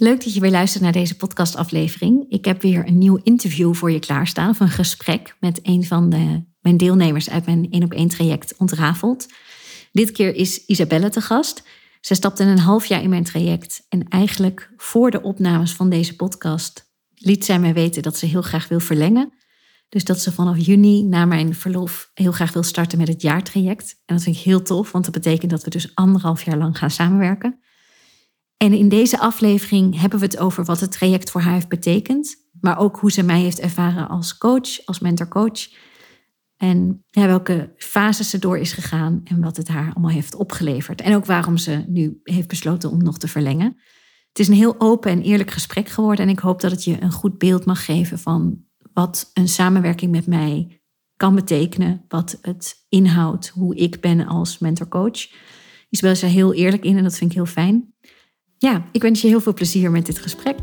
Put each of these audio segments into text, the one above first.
Leuk dat je weer luistert naar deze podcastaflevering. Ik heb weer een nieuw interview voor je klaarstaan, of een gesprek met een van mijn deelnemers uit mijn 1-op-1 traject Ontrafeld. Dit keer is Isabelle te gast. Zij stapte een half jaar in mijn traject en eigenlijk voor de opnames van deze podcast liet zij mij weten dat ze heel graag wil verlengen. Dus dat ze vanaf juni na mijn verlof heel graag wil starten met het jaartraject. En dat vind ik heel tof, want dat betekent dat we dus 1,5 jaar lang gaan samenwerken. En in deze aflevering hebben we het over wat het traject voor haar heeft betekend. Maar ook hoe ze mij heeft ervaren als coach, als mentorcoach. En welke fases ze door is gegaan en wat het haar allemaal heeft opgeleverd. En ook waarom ze nu heeft besloten om nog te verlengen. Het is een heel open en eerlijk gesprek geworden. En ik hoop dat het je een goed beeld mag geven van wat een samenwerking met mij kan betekenen. Wat het inhoudt, hoe ik ben als mentorcoach. Isabelle is daar heel eerlijk in en dat vind ik heel fijn. Ja, ik wens je heel veel plezier met dit gesprek.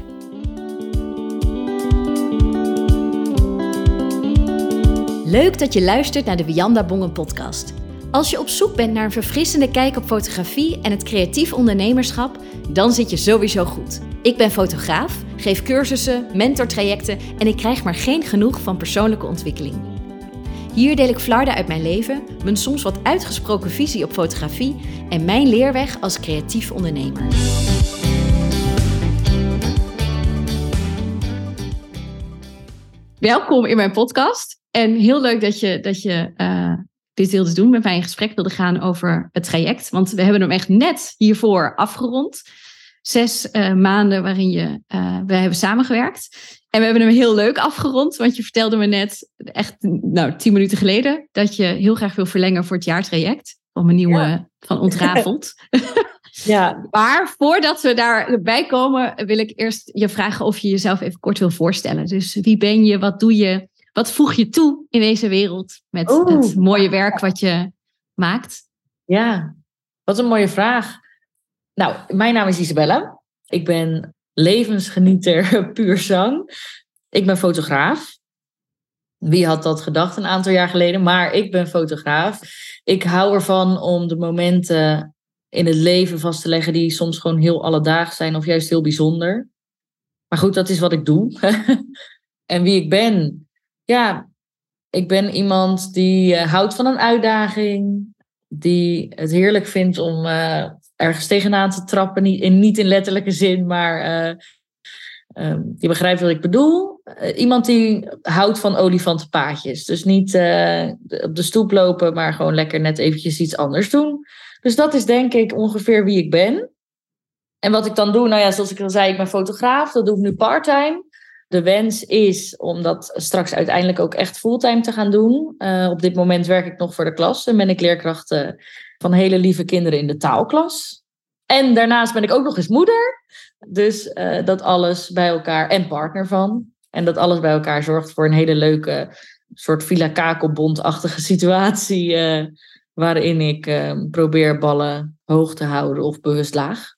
Leuk dat je luistert naar de Wianda Bongen podcast. Als je op zoek bent naar een verfrissende kijk op fotografie en het creatief ondernemerschap, dan zit je sowieso goed. Ik ben fotograaf, geef cursussen, mentortrajecten en ik krijg maar geen genoeg van persoonlijke ontwikkeling. Hier deel ik flarden uit mijn leven, mijn soms wat uitgesproken visie op fotografie en mijn leerweg als creatief ondernemer. Welkom in mijn podcast en heel leuk dat je dit wilde doen, met mij in gesprek wilde gaan over het traject. Want we hebben hem echt net hiervoor afgerond. 6 maanden waarin we hebben samengewerkt. En we hebben hem heel leuk afgerond, want je vertelde me net, echt 10 minuten geleden, dat je heel graag wil verlengen voor het jaartraject van mijn nieuwe, van Ontrafeld. Ja. Maar voordat we daarbij komen, wil ik eerst je vragen of je jezelf even kort wil voorstellen. Dus wie ben je, wat doe je, wat voeg je toe in deze wereld met het mooie werk wat je maakt? Ja, wat een mooie vraag. Nou, mijn naam is Isabelle. Ik ben levensgenieter puur zang. Ik ben fotograaf. Wie had dat gedacht een aantal jaar geleden? Maar ik ben fotograaf. Ik hou ervan om de momenten in het leven vast te leggen die soms gewoon heel alledaags zijn of juist heel bijzonder. Maar goed, dat is wat ik doe. En wie ik ben? Ja, ik ben iemand die houdt van een uitdaging. Die het heerlijk vindt om ergens tegenaan te trappen. Niet in letterlijke zin, maar die begrijpt wat ik bedoel. Iemand die houdt van olifantenpaadjes. Dus niet op de stoep lopen, maar gewoon lekker net eventjes iets anders doen. Dus dat is denk ik ongeveer wie ik ben. En wat ik dan doe, nou ja, zoals ik al zei, ik ben fotograaf. Dat doe ik nu part-time. De wens is om dat straks uiteindelijk ook echt fulltime te gaan doen. Op dit moment werk ik nog voor de klas en ben ik leerkracht van hele lieve kinderen in de taalklas. En daarnaast ben ik ook nog eens moeder. Dus dat alles bij elkaar, en partner van. En dat alles bij elkaar zorgt voor een hele leuke soort Villa Kakelbond-achtige situatie. Waarin ik probeer ballen hoog te houden of bewust laag.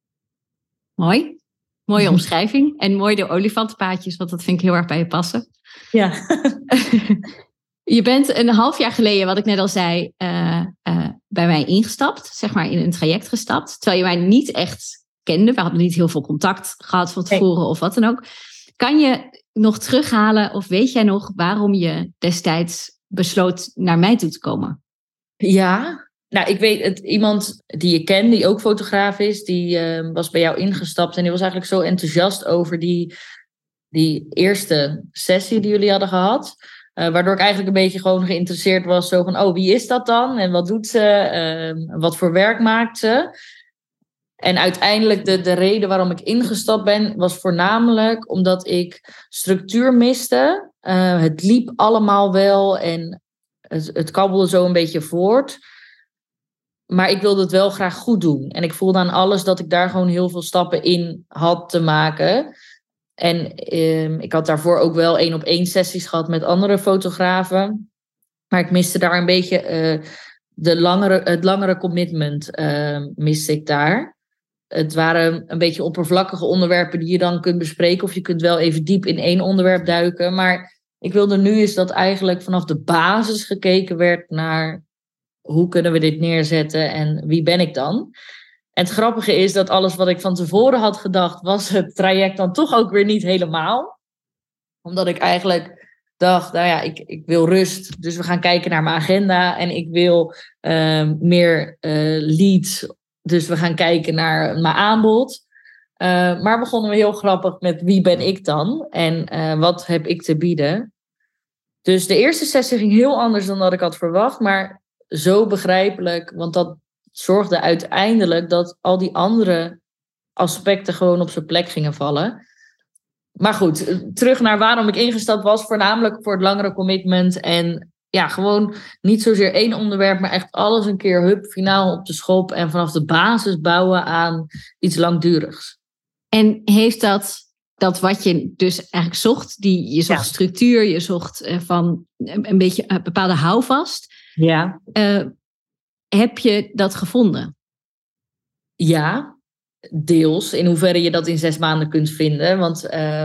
Mooi. Mooie omschrijving. En mooi de olifantenpaadjes, want dat vind ik heel erg bij je passen. Ja. Je bent een half jaar geleden, wat ik net al zei, bij mij ingestapt. Zeg maar in een traject gestapt. Terwijl je mij niet echt kende. We hadden niet heel veel contact gehad van tevoren of wat dan ook. Kan je nog terughalen of weet jij nog waarom je destijds besloot naar mij toe te komen? Ja, nou ik weet het. Iemand die je kent, die ook fotograaf is, die was bij jou ingestapt. En die was eigenlijk zo enthousiast over die eerste sessie die jullie hadden gehad. Waardoor ik eigenlijk een beetje gewoon geïnteresseerd was. Zo van, wie is dat dan? En wat doet ze? Wat voor werk maakt ze? En uiteindelijk de reden waarom ik ingestapt ben, was voornamelijk omdat ik structuur miste. Het liep allemaal wel en het kabbelde zo een beetje voort. Maar ik wilde het wel graag goed doen. En ik voelde aan alles dat ik daar gewoon heel veel stappen in had te maken. En ik had daarvoor ook wel 1-op-1 sessies gehad met andere fotografen. Maar ik miste daar een beetje het langere commitment miste ik daar. Het waren een beetje oppervlakkige onderwerpen die je dan kunt bespreken. Of je kunt wel even diep in 1 onderwerp duiken. Maar ik wilde nu eens dat eigenlijk vanaf de basis gekeken werd naar hoe kunnen we dit neerzetten en wie ben ik dan? En het grappige is dat alles wat ik van tevoren had gedacht, was het traject dan toch ook weer niet helemaal. Omdat ik eigenlijk dacht, nou ja, ik wil rust. Dus we gaan kijken naar mijn agenda. En ik wil meer leads. Dus we gaan kijken naar mijn aanbod. Maar begonnen we heel grappig met wie ben ik dan? En wat heb ik te bieden? Dus de eerste sessie ging heel anders dan dat ik had verwacht. Maar zo begrijpelijk. Want dat zorgde uiteindelijk dat al die andere aspecten gewoon op zijn plek gingen vallen. Maar goed, terug naar waarom ik ingestapt was. Voornamelijk voor het langere commitment. En ja, gewoon niet zozeer één onderwerp, maar echt alles een keer finaal op de schop. En vanaf de basis bouwen aan iets langdurigs. En heeft dat wat je dus eigenlijk zocht, je zocht structuur, je zocht van een beetje een bepaalde houvast. Ja. Heb je dat gevonden? Ja, deels. In hoeverre je dat in 6 maanden kunt vinden. Want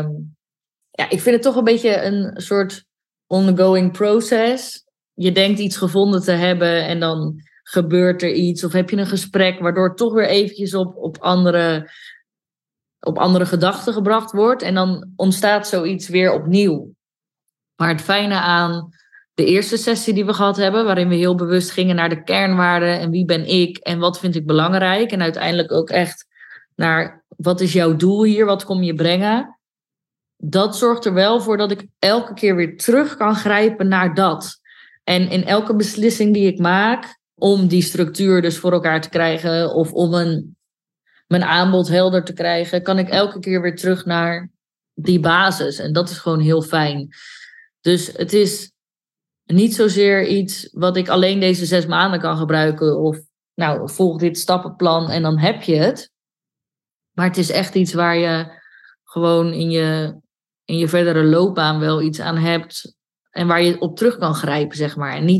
ik vind het toch een beetje een soort ongoing process. Je denkt iets gevonden te hebben en dan gebeurt er iets. Of heb je een gesprek waardoor het toch weer eventjes op andere gedachten gebracht wordt. En dan ontstaat zoiets weer opnieuw. Maar het fijne aan de eerste sessie die we gehad hebben, waarin we heel bewust gingen naar de kernwaarden en wie ben ik en wat vind ik belangrijk. En uiteindelijk ook echt naar wat is jouw doel hier, wat kom je brengen. Dat zorgt er wel voor dat ik elke keer weer terug kan grijpen naar dat. En in elke beslissing die ik maak om die structuur dus voor elkaar te krijgen of om mijn aanbod helder te krijgen, kan ik elke keer weer terug naar die basis. En dat is gewoon heel fijn. Dus het is niet zozeer iets wat ik alleen deze 6 maanden kan gebruiken. Of nou, volg dit stappenplan en dan heb je het. Maar het is echt iets waar je gewoon in je verdere loopbaan wel iets aan hebt. En waar je op terug kan grijpen, zeg maar. En niet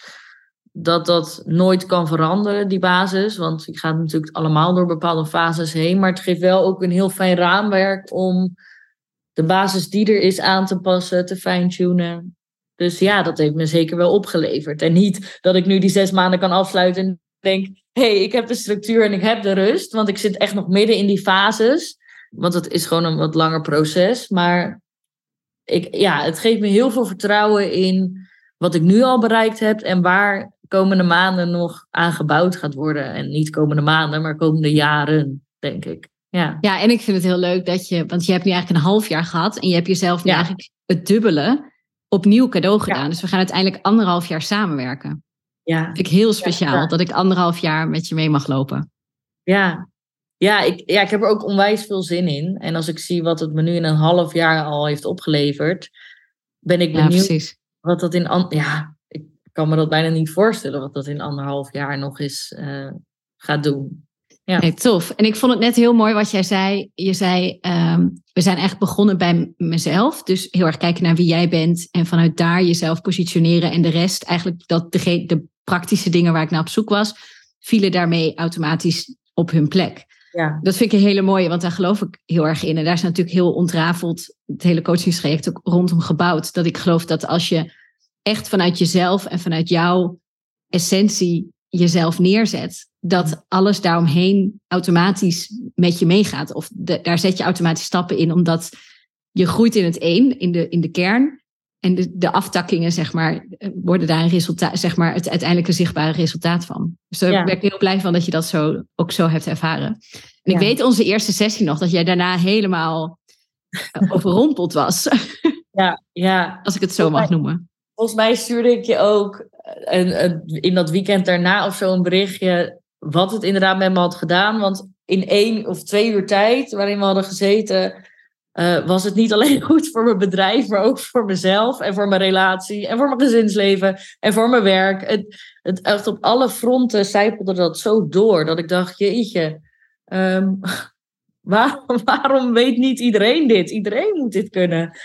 dat nooit kan veranderen, die basis. Want je gaat natuurlijk allemaal door bepaalde fases heen. Maar het geeft wel ook een heel fijn raamwerk om de basis die er is aan te passen, te fine-tunen. Dus ja, dat heeft me zeker wel opgeleverd. En niet dat ik nu die 6 maanden kan afsluiten en denk, ik heb de structuur en ik heb de rust. Want ik zit echt nog midden in die fases. Want het is gewoon een wat langer proces. Maar het geeft me heel veel vertrouwen in wat ik nu al bereikt heb en waar komende maanden nog aan gebouwd gaat worden. En niet komende maanden, maar komende jaren, denk ik. Ja, en ik vind het heel leuk want je hebt nu eigenlijk een half jaar gehad en je hebt jezelf nu eigenlijk het dubbele opnieuw cadeau gedaan. Dus we gaan uiteindelijk 1,5 jaar samenwerken. Ja. Vind ik heel speciaal dat ik 1,5 jaar met je mee mag lopen. Ik heb er ook onwijs veel zin in. En als ik zie wat het me nu in een half jaar al heeft opgeleverd, ben ik benieuwd wat dat ik kan me dat bijna niet voorstellen wat dat in 1,5 jaar nog eens gaat doen. Ja. Nee, tof. En ik vond het net heel mooi wat jij zei. Je zei, we zijn echt begonnen bij mezelf. Dus heel erg kijken naar wie jij bent. En vanuit daar jezelf positioneren. En de rest, eigenlijk de praktische dingen waar ik naar op zoek was, vielen daarmee automatisch op hun plek. Ja. Dat vind ik een hele mooie, want daar geloof ik heel erg in. En daar is natuurlijk heel ontrafeld het hele coachingstraject ook rondom gebouwd. Dat ik geloof dat als je echt vanuit jezelf en vanuit jouw essentie jezelf neerzet, dat alles daaromheen automatisch met je meegaat. Of daar zet je automatisch stappen in, omdat je groeit in het in de kern. En de aftakkingen, zeg maar, worden daar een resultaat, zeg maar, het uiteindelijke zichtbare resultaat van. Dus daar ben ik heel blij van dat je dat ook zo hebt ervaren. En ik weet onze eerste sessie nog, dat jij daarna helemaal overrompeld was. Ja. Als ik het zo mag noemen. Volgens mij stuurde ik je ook in dat weekend daarna of zo een berichtje wat het inderdaad met me had gedaan. Want in 1 of 2 uur tijd waarin we hadden gezeten, was het niet alleen goed voor mijn bedrijf, maar ook voor mezelf en voor mijn relatie en voor mijn gezinsleven en voor mijn werk. Het echt op alle fronten zijpelde dat zo door dat ik dacht, jeetje, waarom weet niet iedereen dit? Iedereen moet dit kunnen.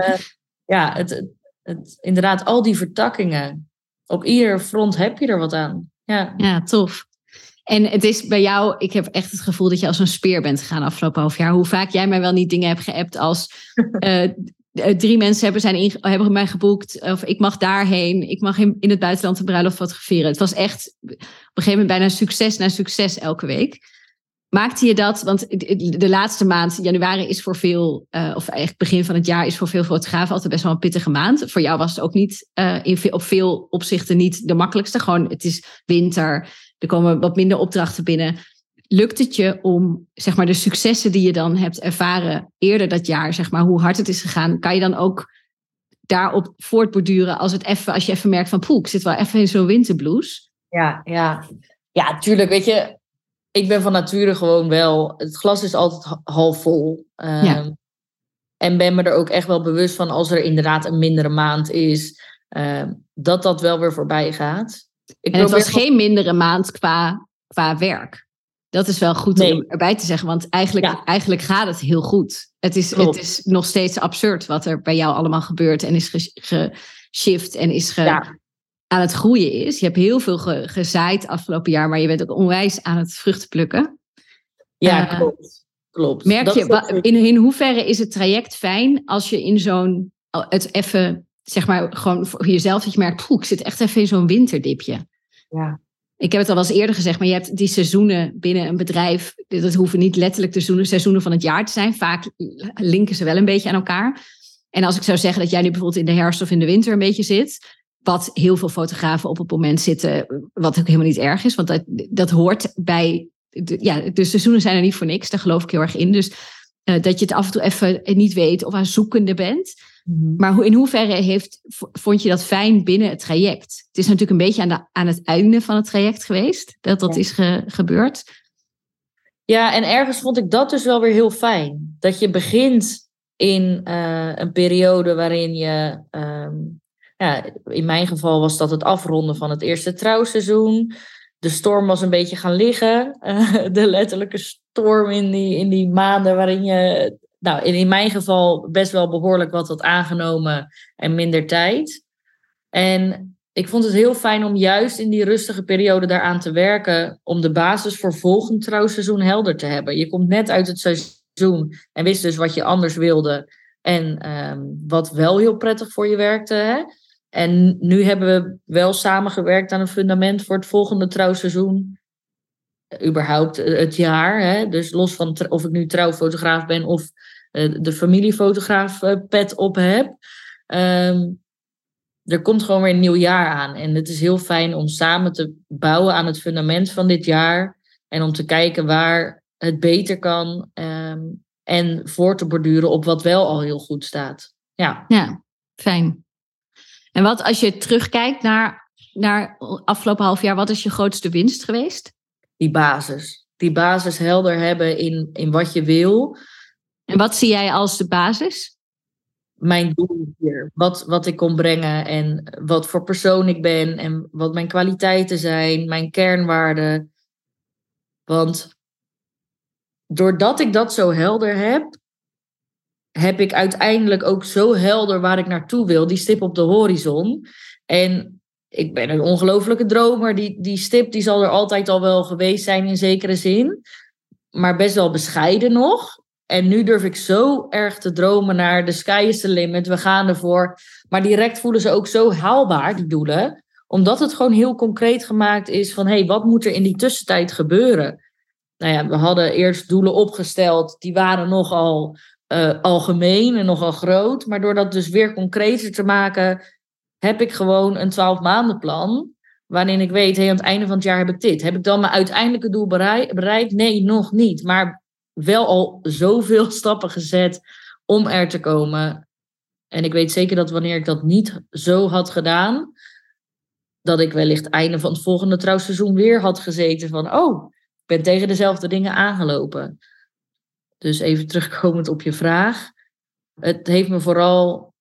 Inderdaad, al die vertakkingen. Op ieder front heb je er wat aan. Ja, tof. En het is bij jou, ik heb echt het gevoel dat je als een speer bent gegaan afgelopen half jaar. Hoe vaak jij mij wel niet dingen hebt geappt als 3 mensen hebben mij geboekt. Of ik mag daarheen. Ik mag in het buitenland een bruiloft fotograferen. Het was echt op een gegeven moment bijna succes na succes elke week. Maakte je dat, want de laatste maand, januari is voor veel, of eigenlijk begin van het jaar is voor veel fotografen altijd best wel een pittige maand. Voor jou was het ook niet op veel opzichten niet de makkelijkste. Gewoon, het is winter, er komen wat minder opdrachten binnen. Lukt het je om, zeg maar, de successen die je dan hebt ervaren eerder dat jaar, zeg maar, hoe hard het is gegaan, kan je dan ook daarop voortborduren als je even merkt van, ik zit wel even in zo'n winterblues? Ja, tuurlijk, weet je. Ik ben van nature gewoon wel... Het glas is altijd half vol. En ben me er ook echt wel bewust van... als er inderdaad een mindere maand is... dat wel weer voorbij gaat. En het was geen mindere maand qua werk. Dat is wel goed om erbij te zeggen. Want eigenlijk gaat het heel goed. Het is nog steeds absurd... wat er bij jou allemaal gebeurt... en is geshift en is aan het groeien is. Je hebt heel veel gezaaid afgelopen jaar... maar je bent ook onwijs aan het vruchten plukken. Ja, klopt. Merk je, in hoeverre is het traject fijn... als je in zo'n... het even, zeg maar, gewoon voor jezelf... dat je merkt, ik zit echt even in zo'n winterdipje. Ja. Ik heb het al wel eens eerder gezegd... maar je hebt die seizoenen binnen een bedrijf... dat hoeven niet letterlijk de seizoenen van het jaar te zijn. Vaak linken ze wel een beetje aan elkaar. En als ik zou zeggen dat jij nu bijvoorbeeld... in de herfst of in de winter een beetje zit... wat heel veel fotografen op het moment zitten... wat ook helemaal niet erg is... want dat hoort bij... de seizoenen zijn er niet voor niks... daar geloof ik heel erg in. Dus dat je het af en toe even niet weet... of aan zoekende bent... Mm-hmm. Maar in hoeverre vond je dat fijn binnen het traject? Het is natuurlijk een beetje aan het einde van het traject geweest... dat is gebeurd. Ja, en ergens vond ik dat dus wel weer heel fijn. Dat je begint in een periode waarin je... in mijn geval was dat het afronden van het eerste trouwseizoen. De storm was een beetje gaan liggen. De letterlijke storm in die maanden waarin je... Nou, in mijn geval best wel behoorlijk wat had aangenomen en minder tijd. En ik vond het heel fijn om juist in die rustige periode daaraan te werken... om de basis voor volgend trouwseizoen helder te hebben. Je komt net uit het seizoen en wist dus wat je anders wilde... en wat wel heel prettig voor je werkte, hè? En nu hebben we wel samengewerkt aan een fundament voor het volgende trouwseizoen. Überhaupt het jaar. Hè? Dus los van of ik nu trouwfotograaf ben of de familiefotograaf pet op heb. Er komt gewoon weer een nieuw jaar aan. En het is heel fijn om samen te bouwen aan het fundament van dit jaar. En om te kijken waar het beter kan. En voor te borduren op wat wel al heel goed staat. Ja, fijn. En wat als je terugkijkt naar afgelopen half jaar, wat is je grootste winst geweest? Die basis helder hebben in wat je wil. En wat zie jij als de basis? Mijn doel hier. Wat ik kon brengen en wat voor persoon ik ben en wat mijn kwaliteiten zijn, mijn kernwaarden. Want doordat ik dat zo helder heb ik uiteindelijk ook zo helder waar ik naartoe wil. Die stip op de horizon. En ik ben een ongelofelijke dromer. Die stip die zal er altijd al wel geweest zijn in zekere zin. Maar best wel bescheiden nog. En nu durf ik zo erg te dromen naar de sky is the limit. We gaan ervoor. Maar direct voelen ze ook zo haalbaar, die doelen. Omdat het gewoon heel concreet gemaakt is van... wat moet er in die tussentijd gebeuren? Nou ja, we hadden eerst doelen opgesteld. Die waren nogal algemeen en nogal groot. Maar door dat dus weer concreter te maken... heb ik gewoon een 12 maanden plan... waarin ik weet, aan het einde van het jaar heb ik dit. Heb ik dan mijn uiteindelijke doel bereikt? Nee, nog niet. Maar wel al zoveel stappen gezet om er te komen. En ik weet zeker dat wanneer ik dat niet zo had gedaan... dat ik wellicht einde van het volgende trouwseizoen weer had gezeten van... ik ben tegen dezelfde dingen aangelopen. Dus even terugkomend op je vraag. Het heeft me vooral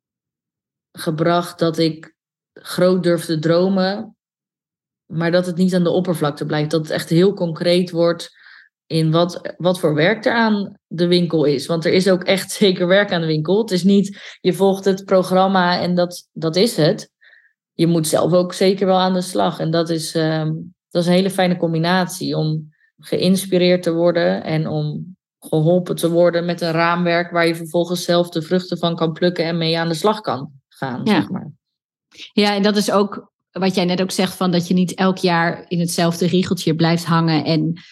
gebracht dat ik groot durf te dromen... maar dat het niet aan de oppervlakte blijft. Dat het echt heel concreet wordt in wat voor werk er aan de winkel is. Want er is ook echt zeker werk aan de winkel. Het is niet, je volgt het programma en dat is het. Je moet zelf ook zeker wel aan de slag. En dat is een hele fijne combinatie om geïnspireerd te worden... en om geholpen te worden met een raamwerk... waar je vervolgens zelf de vruchten van kan plukken... en mee aan de slag kan gaan, zeg maar. Ja, en dat is ook wat jij net ook zegt... van dat je niet elk jaar in hetzelfde riegeltje blijft hangen... en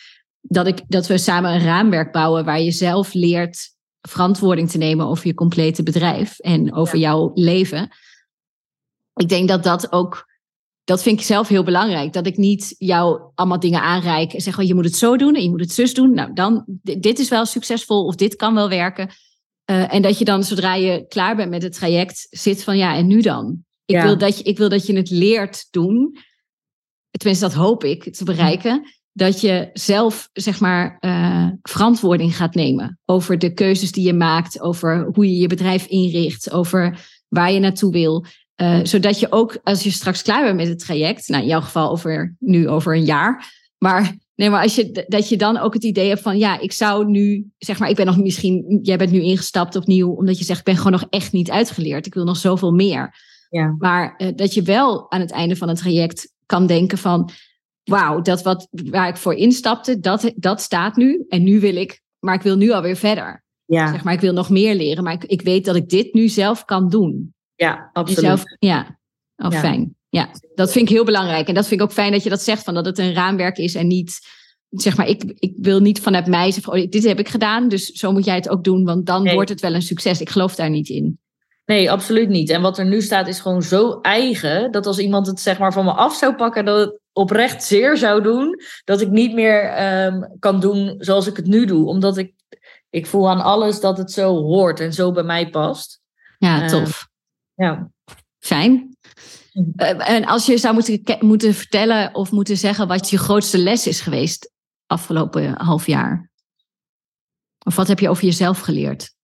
dat we samen een raamwerk bouwen waar je zelf leert verantwoording te nemen over je complete bedrijf en over jouw leven. Ik denk dat vind ik zelf heel belangrijk. Dat ik niet jou allemaal dingen aanreik en zeg, je moet het zo doen en je moet het zus doen. Nou, dan, dit is wel succesvol of dit kan wel werken. En dat je dan, zodra je klaar bent met het traject, zit van en nu dan? Ik wil dat je het leert doen. Tenminste, dat hoop ik te bereiken. Dat je zelf, zeg maar, verantwoording gaat nemen over de keuzes die je maakt, over hoe je je bedrijf inricht, over waar je naartoe wil. Zodat je ook, als je straks klaar bent met het traject, nou in jouw geval over een jaar, maar dat je dan ook het idee hebt van, ik zou nu, zeg maar, jij bent nu ingestapt opnieuw, omdat je zegt, ik ben gewoon nog echt niet uitgeleerd. Ik wil nog zoveel meer. Ja. Maar dat je wel aan het einde van het traject kan denken van, wauw, waar ik voor instapte, dat staat nu. En nu maar ik wil nu alweer verder. Ja. Zeg maar, ik wil nog meer leren, maar ik weet dat ik dit nu zelf kan doen. Ja, absoluut. Fijn. Ja, dat vind ik heel belangrijk. En dat vind ik ook fijn dat je dat zegt, van dat het een raamwerk is en niet, zeg maar, ik wil niet vanuit mij zeggen, dit heb ik gedaan, dus zo moet jij het ook doen, want dan wordt het wel een succes. Ik geloof daar niet in. Nee, absoluut niet. En wat er nu staat is gewoon zo eigen, dat als iemand het, zeg maar, van me af zou pakken, dat het oprecht zeer zou doen, dat ik niet meer kan doen zoals ik het nu doe. Omdat ik voel aan alles dat het zo hoort en zo bij mij past. Ja, tof. Ja. Fijn. En als je zou moeten vertellen of moeten zeggen wat je grootste les is geweest afgelopen half jaar? Of wat heb je over jezelf geleerd?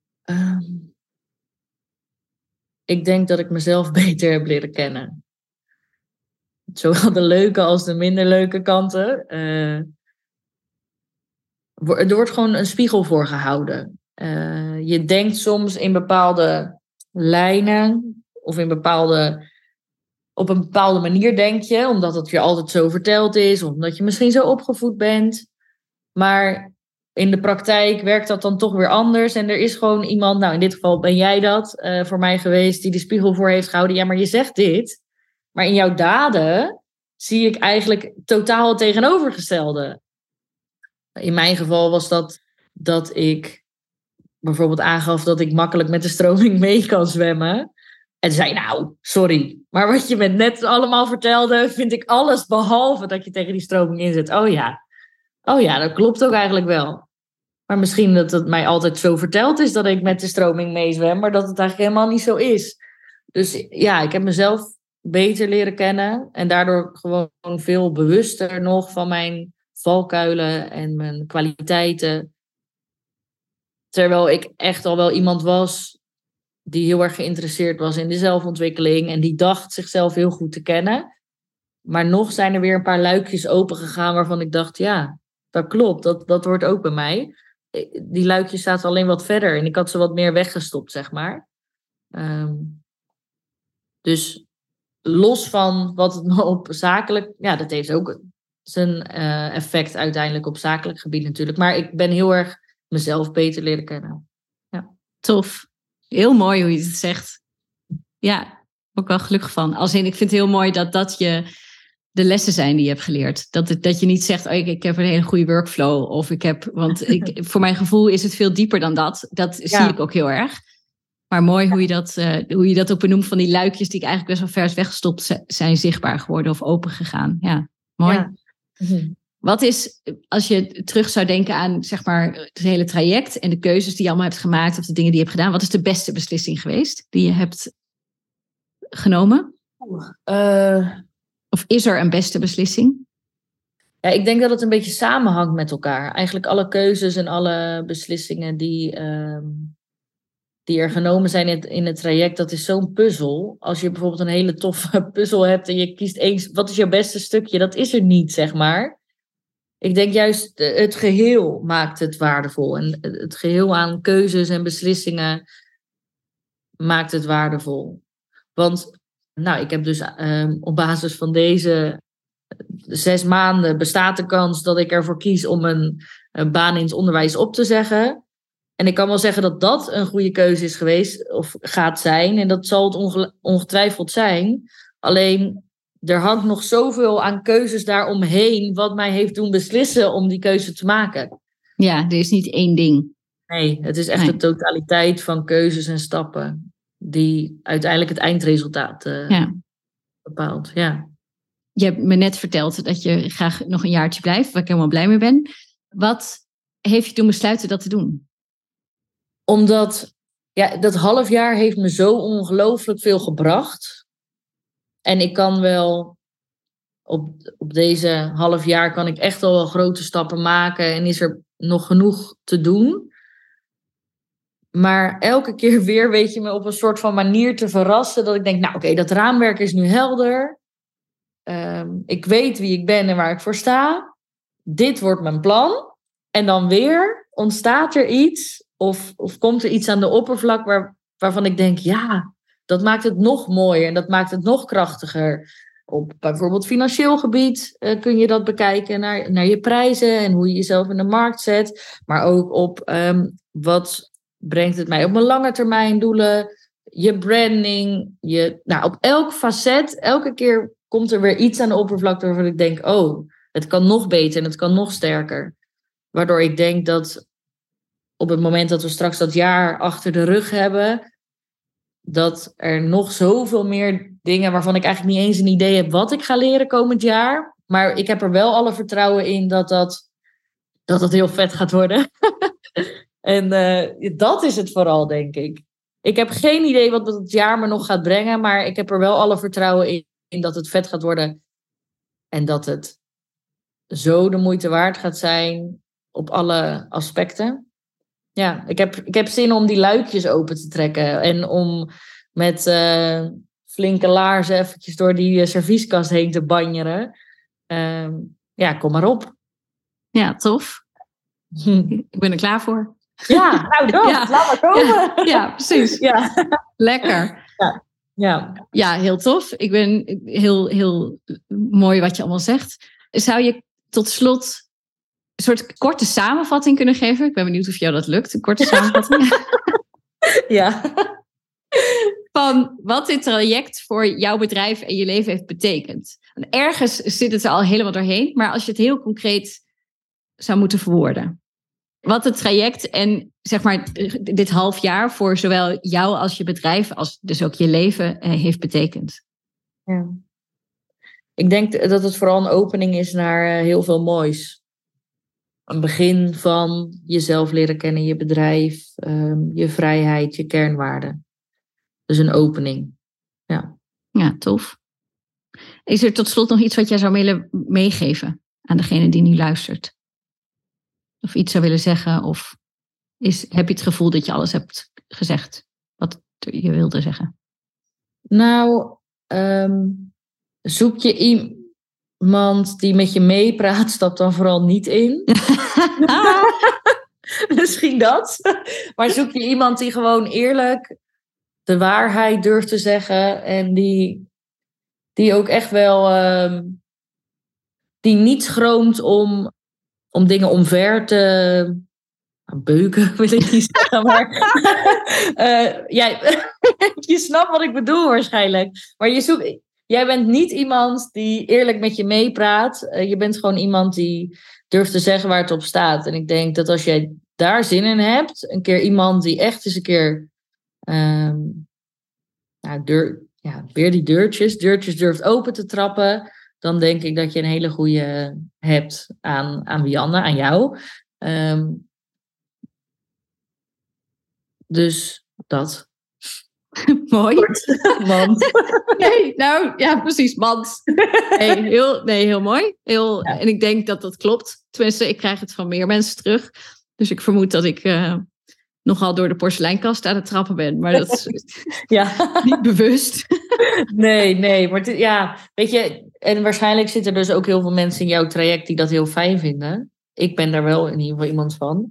Ik denk dat ik mezelf beter heb leren kennen. Zowel de leuke als de minder leuke kanten. Er wordt gewoon een spiegel voor gehouden. Je denkt soms in bepaalde lijnen of op een bepaalde manier denk je, omdat het je altijd zo verteld is, of omdat je misschien zo opgevoed bent. Maar in de praktijk werkt dat dan toch weer anders. En er is gewoon iemand, nou in dit geval ben jij dat voor mij geweest, die de spiegel voor heeft gehouden. Ja, maar je zegt dit, maar in jouw daden zie ik eigenlijk totaal het tegenovergestelde. In mijn geval was dat ik bijvoorbeeld aangaf dat ik makkelijk met de stroming mee kan zwemmen. En zei, nou, sorry, maar wat je me net allemaal vertelde, vind ik alles behalve dat je tegen die stroming inzet. Oh ja, dat klopt ook eigenlijk wel. Maar misschien dat het mij altijd zo verteld is dat ik met de stroming meezwem, maar dat het eigenlijk helemaal niet zo is. Dus ja, ik heb mezelf beter leren kennen en daardoor gewoon veel bewuster nog van mijn valkuilen en mijn kwaliteiten. Terwijl ik echt al wel iemand was die heel erg geïnteresseerd was in de zelfontwikkeling en die dacht zichzelf heel goed te kennen. Maar nog zijn er weer een paar luikjes open gegaan waarvan ik dacht, ja, dat klopt, dat hoort ook bij mij. Die luikjes zaten alleen wat verder en ik had ze wat meer weggestopt, zeg maar. Dus los van wat het nou op zakelijk, ja, dat heeft ook zijn effect uiteindelijk op zakelijk gebied natuurlijk. Maar ik ben heel erg mezelf beter leren kennen. Ja. Tof. Heel mooi hoe je het zegt. Ja, ook wel gelukkig van. Als in, ik vind het heel mooi dat je de lessen zijn die je hebt geleerd. Dat je niet zegt, ik heb een hele goede workflow. Voor mijn gevoel is het veel dieper dan dat. Dat zie ik ook heel erg. Maar mooi hoe je dat ook benoemt van die luikjes die ik eigenlijk best wel ver weggestopt zijn zichtbaar geworden of open gegaan. Ja, mooi. Ja. Mm-hmm. Wat is, als je terug zou denken aan, zeg maar, het hele traject en de keuzes die je allemaal hebt gemaakt of de dingen die je hebt gedaan, wat is de beste beslissing geweest die je hebt genomen? Of is er een beste beslissing? Ja, ik denk dat het een beetje samenhangt met elkaar. Eigenlijk alle keuzes en alle beslissingen die er genomen zijn in het traject, dat is zo'n puzzel. Als je bijvoorbeeld een hele toffe puzzel hebt en je kiest eens, wat is jouw beste stukje? Dat is er niet, zeg maar. Ik denk juist het geheel maakt het waardevol. En het geheel aan keuzes en beslissingen maakt het waardevol. Want nou, ik heb dus op basis van deze 6 maanden bestaat de kans dat ik ervoor kies om een baan in het onderwijs op te zeggen. En ik kan wel zeggen dat dat een goede keuze is geweest of gaat zijn. En dat zal het ongetwijfeld zijn. Alleen er hangt nog zoveel aan keuzes daaromheen wat mij heeft doen beslissen om die keuze te maken. Ja, er is niet één ding. Nee, het is echt de totaliteit van keuzes en stappen die uiteindelijk het eindresultaat bepaalt. Ja. Je hebt me net verteld dat je graag nog een jaartje blijft, waar ik helemaal blij mee ben. Wat heeft je toen besluiten dat te doen? Omdat dat half jaar heeft me zo ongelooflijk veel gebracht. En ik kan wel op deze half jaar kan ik echt al wel grote stappen maken en is er nog genoeg te doen. Maar elke keer weer weet je me op een soort van manier te verrassen dat ik denk, nou oké, dat raamwerk is nu helder. Ik weet wie ik ben en waar ik voor sta. Dit wordt mijn plan. En dan weer ontstaat er iets of komt er iets aan de oppervlak waarvan ik denk, ja, dat maakt het nog mooier en dat maakt het nog krachtiger. Op bijvoorbeeld financieel gebied kun je dat bekijken naar je prijzen en hoe je jezelf in de markt zet. Maar ook op wat brengt het mij op mijn lange termijn doelen, je branding. Op elk facet, elke keer komt er weer iets aan de oppervlakte waarvan ik denk, oh, het kan nog beter en het kan nog sterker. Waardoor ik denk dat op het moment dat we straks dat jaar achter de rug hebben, dat er nog zoveel meer dingen waarvan ik eigenlijk niet eens een idee heb wat ik ga leren komend jaar. Maar ik heb er wel alle vertrouwen in dat heel vet gaat worden. En dat is het vooral, denk ik. Ik heb geen idee wat het jaar me nog gaat brengen, maar ik heb er wel alle vertrouwen in dat het vet gaat worden. En dat het zo de moeite waard gaat zijn op alle aspecten. Ja, ik heb zin om die luikjes open te trekken. En om met flinke laarzen eventjes door die servieskast heen te banjeren. Kom maar op. Ja, tof. Ik ben er klaar voor. Ja, nou dan, laat maar komen. Ja, precies. Ja. Lekker. Ja, heel tof. Ik ben heel mooi wat je allemaal zegt. Zou je tot slot een soort korte samenvatting kunnen geven? Ik ben benieuwd of jou dat lukt, een korte samenvatting. Ja. Van wat dit traject voor jouw bedrijf en je leven heeft betekend. En ergens zit het er al helemaal doorheen, maar als je het heel concreet zou moeten verwoorden. Wat het traject en zeg maar dit half jaar voor zowel jou als je bedrijf, als dus ook je leven heeft betekend. Ja. Ik denk dat het vooral een opening is naar heel veel moois. Een begin van jezelf leren kennen, je bedrijf, je vrijheid, je kernwaarden. Dus een opening. Ja, tof. Is er tot slot nog iets wat jij zou willen meegeven aan degene die nu luistert? Of iets zou willen zeggen? Of heb je het gevoel dat je alles hebt gezegd wat je wilde zeggen? Nou, zoek je iemand die met je meepraat, stap dan vooral niet in. Misschien dat. Maar zoek je iemand die gewoon eerlijk de waarheid durft te zeggen. En die ook echt wel die niet schroomt om dingen omver te beuken, wil ik niet zeggen. Maar je snapt wat ik bedoel waarschijnlijk. Maar jij bent niet iemand die eerlijk met je meepraat. Je bent gewoon iemand die durft te zeggen waar het op staat. En ik denk dat als jij daar zin in hebt, een keer iemand die echt eens een keer weer die deurtjes durft open te trappen, dan denk ik dat je een hele goede hebt aan Wianne, aan jou. Dus dat. Mooi. Mand. Nee, nou ja, precies, mand. Heel mooi. En ik denk dat dat klopt. Tenminste, ik krijg het van meer mensen terug. Dus ik vermoed dat ik nogal door de porseleinkast aan het trappen ben. Maar dat is niet bewust. Nee. Maar weet je, en waarschijnlijk zitten er dus ook heel veel mensen in jouw traject die dat heel fijn vinden. Ik ben daar wel in ieder geval iemand van.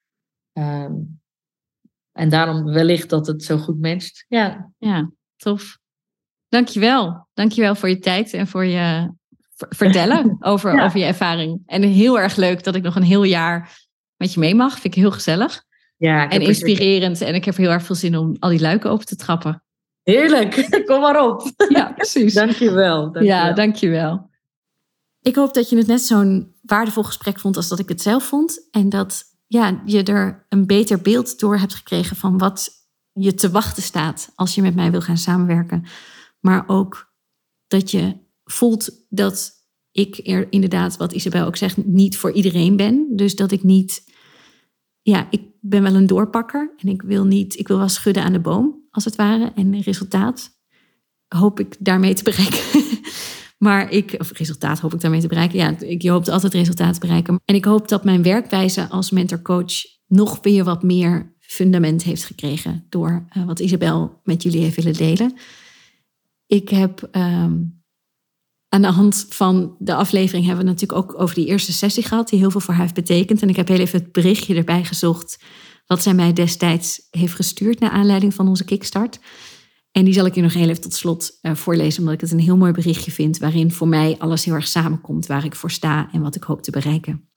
En daarom wellicht dat het zo goed matcht. Ja, tof. Dankjewel voor je tijd en voor je vertellen over je ervaring. En heel erg leuk dat ik nog een heel jaar met je mee mag. Vind ik heel gezellig. Ja, en inspirerend. En ik heb heel erg veel zin om al die luiken open te trappen. Heerlijk, kom maar op. Ja, precies. Dankjewel. Ja, dankjewel. Ik hoop dat je het net zo'n waardevol gesprek vond als dat ik het zelf vond. En dat je er een beter beeld door hebt gekregen van wat je te wachten staat als je met mij wil gaan samenwerken. Maar ook dat je voelt dat ik er inderdaad, wat Isabel ook zegt, niet voor iedereen ben. Dus dat ik niet... ik ben wel een doorpakker en ik wil wel schudden aan de boom, als het ware. En resultaat hoop ik daarmee te bereiken. Resultaat hoop ik daarmee te bereiken. Ja, je hoopt altijd resultaat te bereiken. En ik hoop dat mijn werkwijze als mentor-coach nog weer wat meer fundament heeft gekregen door wat Isabel met jullie heeft willen delen. Ik heb aan de hand van de aflevering hebben we natuurlijk ook over die eerste sessie gehad, die heel veel voor haar heeft betekend. En ik heb heel even het berichtje erbij gezocht wat zij mij destijds heeft gestuurd naar aanleiding van onze kickstart. En die zal ik je nog heel even tot slot voorlezen, omdat ik het een heel mooi berichtje vind, waarin voor mij alles heel erg samenkomt, waar ik voor sta en wat ik hoop te bereiken.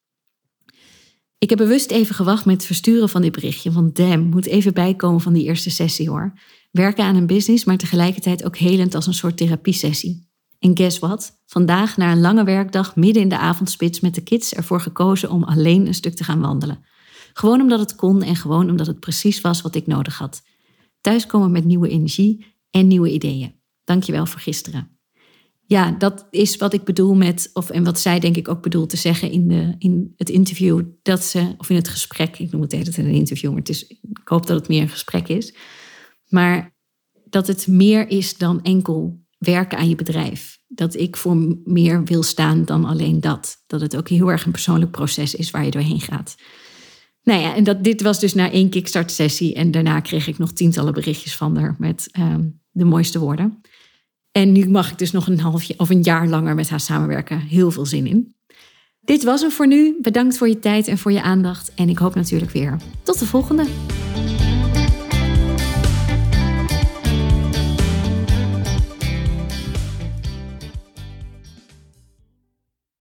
Ik heb bewust even gewacht met het versturen van dit berichtje, want moet even bijkomen van die eerste sessie hoor. Werken aan een business, maar tegelijkertijd ook helend als een soort therapiesessie. En guess what? Vandaag na een lange werkdag midden in de avondspits met de kids ervoor gekozen om alleen een stuk te gaan wandelen. Gewoon omdat het kon en gewoon omdat het precies was wat ik nodig had. Thuiskomen met nieuwe energie en nieuwe ideeën. Dankjewel voor gisteren. Ja, dat is wat ik bedoel en wat zij denk ik ook bedoelt te zeggen in het interview, of in het gesprek. Ik noem het altijd een interview, maar ik hoop dat het meer een gesprek is. Maar dat het meer is dan enkel werken aan je bedrijf. Dat ik voor meer wil staan dan alleen dat. Dat het ook heel erg een persoonlijk proces is waar je doorheen gaat. Nou ja, en dit was dus na 1 kickstart sessie. En daarna kreeg ik nog tientallen berichtjes van haar met de mooiste woorden. En nu mag ik dus nog een jaar langer met haar samenwerken. Heel veel zin in. Dit was hem voor nu. Bedankt voor je tijd en voor je aandacht. En ik hoop natuurlijk weer tot de volgende.